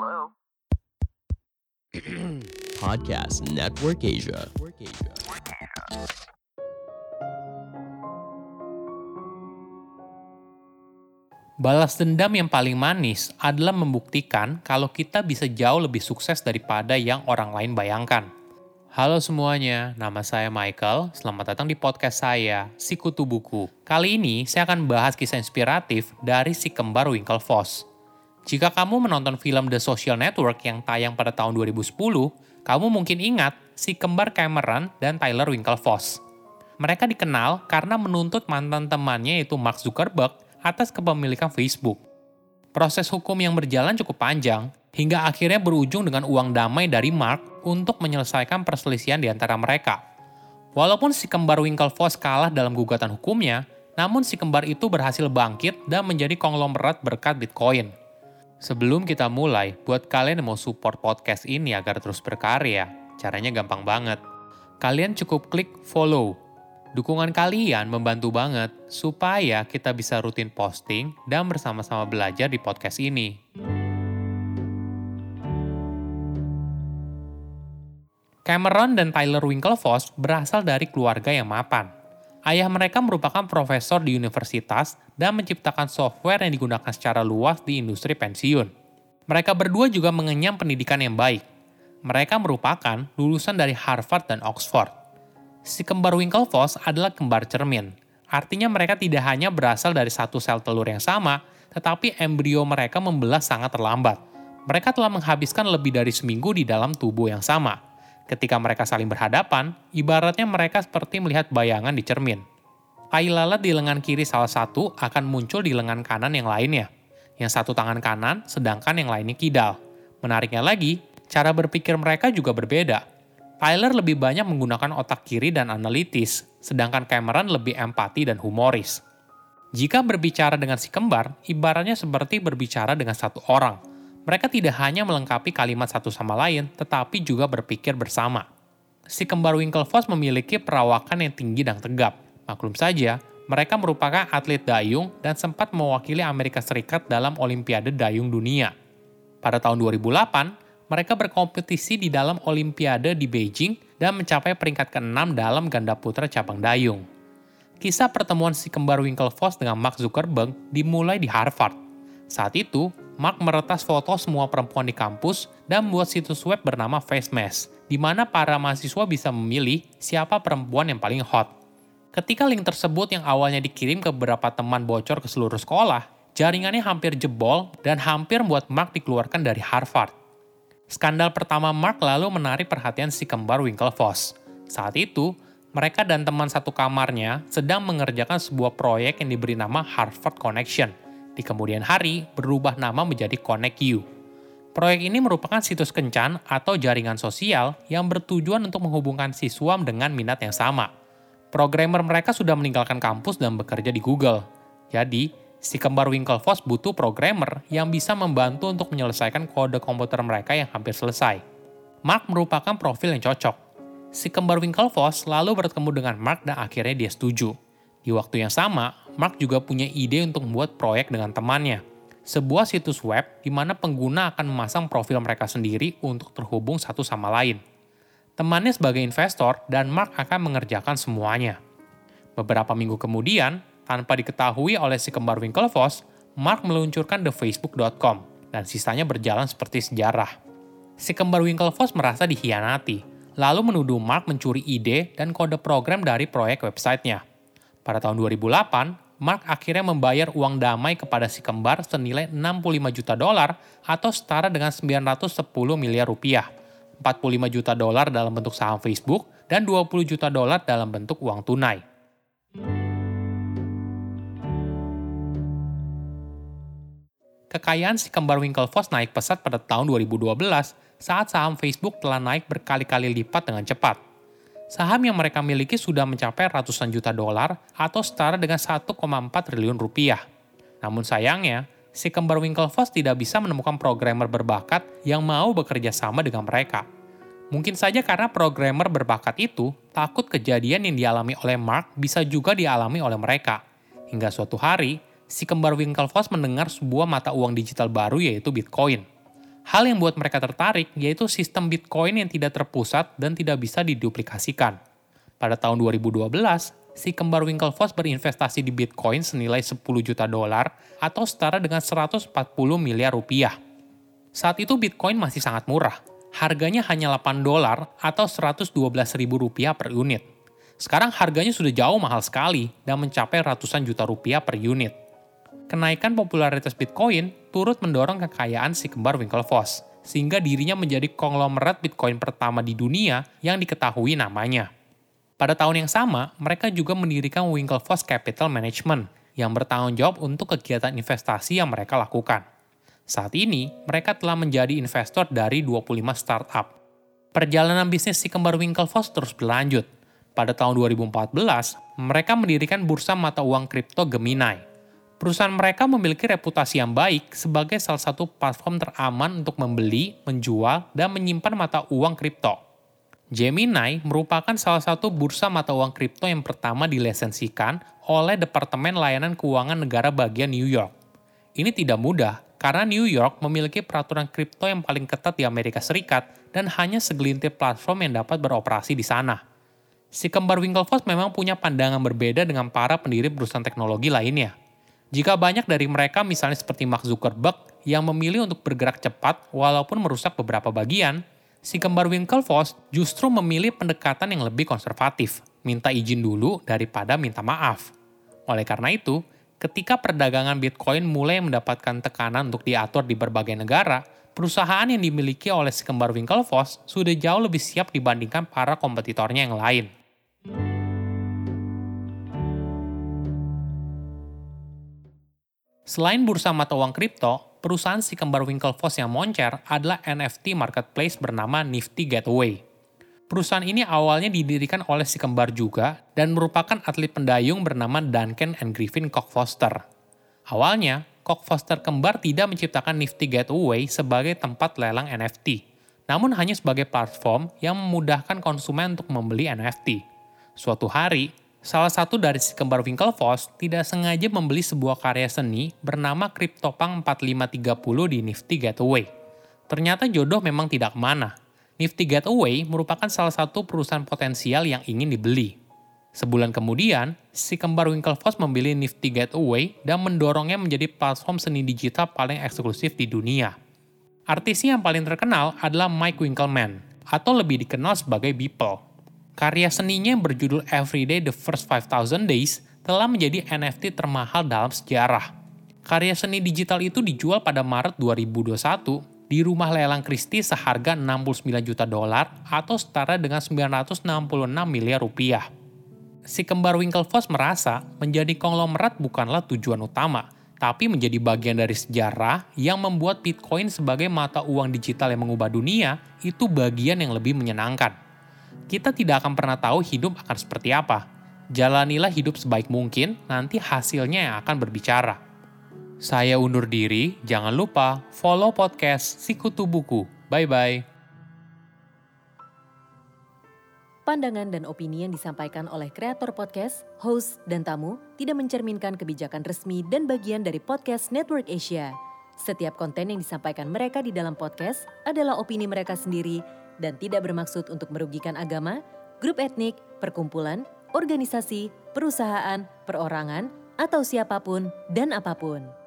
Podcast Network Asia. Balas dendam yang paling manis adalah membuktikan kalau kita bisa jauh lebih sukses daripada yang orang lain bayangkan. Halo semuanya, nama saya Michael. Selamat datang di podcast saya, Sikutu Buku. Kali ini saya akan bahas kisah inspiratif dari si kembar Winklevoss. Jika kamu menonton film The Social Network yang tayang pada tahun 2010, kamu mungkin ingat si kembar Cameron dan Tyler Winklevoss. Mereka dikenal karena menuntut mantan temannya yaitu Mark Zuckerberg atas kepemilikan Facebook. Proses hukum yang berjalan cukup panjang, hingga akhirnya berujung dengan uang damai dari Mark untuk menyelesaikan perselisihan di antara mereka. Walaupun si kembar Winklevoss kalah dalam gugatan hukumnya, namun si kembar itu berhasil bangkit dan menjadi konglomerat berkat Bitcoin. Sebelum kita mulai, buat kalian yang mau support podcast ini agar terus berkarya, caranya gampang banget. Kalian cukup klik follow. Dukungan kalian membantu banget supaya kita bisa rutin posting dan bersama-sama belajar di podcast ini. Cameron dan Tyler Winklevoss berasal dari keluarga yang mapan. Ayah mereka merupakan profesor di universitas dan menciptakan software yang digunakan secara luas di industri pensiun. Mereka berdua juga mengenyam pendidikan yang baik. Mereka merupakan lulusan dari Harvard dan Oxford. Si kembar Winklevoss adalah kembar cermin. Artinya mereka tidak hanya berasal dari satu sel telur yang sama, tetapi embrio mereka membelah sangat terlambat. Mereka telah menghabiskan lebih dari seminggu di dalam tubuh yang sama. Ketika mereka saling berhadapan, ibaratnya mereka seperti melihat bayangan di cermin. Tai lalat di lengan kiri salah satu akan muncul di lengan kanan yang lainnya. Yang satu tangan kanan, sedangkan yang lainnya kidal. Menariknya lagi, cara berpikir mereka juga berbeda. Tyler lebih banyak menggunakan otak kiri dan analitis, sedangkan Cameron lebih empati dan humoris. Jika berbicara dengan si kembar, ibaratnya seperti berbicara dengan satu orang. Mereka tidak hanya melengkapi kalimat satu sama lain, tetapi juga berpikir bersama. Si kembar Winklevoss memiliki perawakan yang tinggi dan tegap. Maklum saja, mereka merupakan atlet dayung dan sempat mewakili Amerika Serikat dalam Olimpiade Dayung Dunia. Pada tahun 2008, mereka berkompetisi di dalam Olimpiade di Beijing dan mencapai peringkat ke-6 dalam ganda putra cabang dayung. Kisah pertemuan si kembar Winklevoss dengan Mark Zuckerberg dimulai di Harvard. Saat itu, Mark meretas foto semua perempuan di kampus dan membuat situs web bernama FaceMash, di mana para mahasiswa bisa memilih siapa perempuan yang paling hot. Ketika link tersebut yang awalnya dikirim ke beberapa teman bocor ke seluruh sekolah, jaringannya hampir jebol dan hampir membuat Mark dikeluarkan dari Harvard. Skandal pertama Mark lalu menarik perhatian si kembar Winklevoss. Saat itu, mereka dan teman satu kamarnya sedang mengerjakan sebuah proyek yang diberi nama Harvard Connection. Di kemudian hari, berubah nama menjadi Connect You. Proyek ini merupakan situs kencan atau jaringan sosial yang bertujuan untuk menghubungkan siswa dengan minat yang sama. Programmer mereka sudah meninggalkan kampus dan bekerja di Google. Jadi, si kembar Winklevoss butuh programmer yang bisa membantu untuk menyelesaikan kode komputer mereka yang hampir selesai. Mark merupakan profil yang cocok. Si kembar Winklevoss lalu bertemu dengan Mark dan akhirnya dia setuju. Di waktu yang sama, Mark juga punya ide untuk membuat proyek dengan temannya. Sebuah situs web di mana pengguna akan memasang profil mereka sendiri untuk terhubung satu sama lain. Temannya sebagai investor dan Mark akan mengerjakan semuanya. Beberapa minggu kemudian, tanpa diketahui oleh si kembar Winklevoss, Mark meluncurkan thefacebook.com dan sisanya berjalan seperti sejarah. Si kembar Winklevoss merasa dikhianati, lalu menuduh Mark mencuri ide dan kode program dari proyek websitenya. Pada tahun 2008, Mark akhirnya membayar uang damai kepada si kembar senilai $65 juta atau setara dengan 910 miliar rupiah, $45 juta dalam bentuk saham Facebook, dan $20 juta dalam bentuk uang tunai. Kekayaan si kembar Winklevoss naik pesat pada tahun 2012 saat saham Facebook telah naik berkali-kali lipat dengan cepat. Saham yang mereka miliki sudah mencapai ratusan juta dolar atau setara dengan 1,4 triliun rupiah. Namun sayangnya, si kembar Winklevoss tidak bisa menemukan programmer berbakat yang mau bekerja sama dengan mereka. Mungkin saja karena programmer berbakat itu takut kejadian yang dialami oleh Mark bisa juga dialami oleh mereka. Hingga suatu hari, si kembar Winklevoss mendengar sebuah mata uang digital baru yaitu Bitcoin. Hal yang buat mereka tertarik yaitu sistem Bitcoin yang tidak terpusat dan tidak bisa diduplikasikan. Pada tahun 2012, si kembar Winklevoss berinvestasi di Bitcoin senilai 10 juta dolar atau setara dengan 140 miliar rupiah. Saat itu Bitcoin masih sangat murah. Harganya hanya 8 dolar atau 112 ribu rupiah per unit. Sekarang harganya sudah jauh mahal sekali dan mencapai ratusan juta rupiah per unit. Kenaikan popularitas Bitcoin turut mendorong kekayaan si kembar Winklevoss, sehingga dirinya menjadi konglomerat Bitcoin pertama di dunia yang diketahui namanya. Pada tahun yang sama, mereka juga mendirikan Winklevoss Capital Management yang bertanggung jawab untuk kegiatan investasi yang mereka lakukan. Saat ini, mereka telah menjadi investor dari 25 startup. Perjalanan bisnis si kembar Winklevoss terus berlanjut. Pada tahun 2014, mereka mendirikan bursa mata uang kripto Gemini. Perusahaan mereka memiliki reputasi yang baik sebagai salah satu platform teraman untuk membeli, menjual, dan menyimpan mata uang kripto. Gemini merupakan salah satu bursa mata uang kripto yang pertama dilesensikan oleh Departemen Layanan Keuangan Negara bagian New York. Ini tidak mudah karena New York memiliki peraturan kripto yang paling ketat di Amerika Serikat dan hanya segelintir platform yang dapat beroperasi di sana. Si kembar Winklevoss memang punya pandangan berbeda dengan para pendiri perusahaan teknologi lainnya. Jika banyak dari mereka misalnya seperti Mark Zuckerberg yang memilih untuk bergerak cepat walaupun merusak beberapa bagian, si kembar Winklevoss justru memilih pendekatan yang lebih konservatif, minta izin dulu daripada minta maaf. Oleh karena itu, ketika perdagangan Bitcoin mulai mendapatkan tekanan untuk diatur di berbagai negara, perusahaan yang dimiliki oleh si kembar Winklevoss sudah jauh lebih siap dibandingkan para kompetitornya yang lain. Selain bursa mata uang kripto, perusahaan si kembar Winklevoss yang moncer adalah NFT marketplace bernama Nifty Gateway. Perusahaan ini awalnya didirikan oleh si kembar juga dan merupakan atlet pendayung bernama Duncan and Griffin Cockfoster. Awalnya, Cockfoster kembar tidak menciptakan Nifty Gateway sebagai tempat lelang NFT, namun hanya sebagai platform yang memudahkan konsumen untuk membeli NFT. Suatu hari, salah satu dari si kembar Winklevoss tidak sengaja membeli sebuah karya seni bernama CryptoPunk 4530 di Nifty Gateway. Ternyata jodoh memang tidak kemana. Nifty Gateway merupakan salah satu perusahaan potensial yang ingin dibeli. Sebulan kemudian, si kembar Winklevoss membeli Nifty Gateway dan mendorongnya menjadi platform seni digital paling eksklusif di dunia. Artisnya yang paling terkenal adalah Mike Winkelmann, atau lebih dikenal sebagai Beeple. Karya seninya yang berjudul Everyday The First 5,000 Days telah menjadi NFT termahal dalam sejarah. Karya seni digital itu dijual pada Maret 2021 di rumah lelang Christie seharga 69 juta dolar atau setara dengan 966 miliar rupiah. Si kembar Winklevoss merasa menjadi konglomerat bukanlah tujuan utama, tapi menjadi bagian dari sejarah yang membuat Bitcoin sebagai mata uang digital yang mengubah dunia itu bagian yang lebih menyenangkan. Kita tidak akan pernah tahu hidup akan seperti apa. Jalanilah hidup sebaik mungkin, nanti hasilnya yang akan berbicara. Saya undur diri, jangan lupa follow podcast Sikutu Buku. Bye-bye. Pandangan dan opini yang disampaikan oleh kreator podcast, host, dan tamu tidak mencerminkan kebijakan resmi dan bagian dari podcast Network Asia. Setiap konten yang disampaikan mereka di dalam podcast adalah opini mereka sendiri dan tidak bermaksud untuk merugikan agama, grup etnik, perkumpulan, organisasi, perusahaan, perorangan, atau siapapun dan apapun.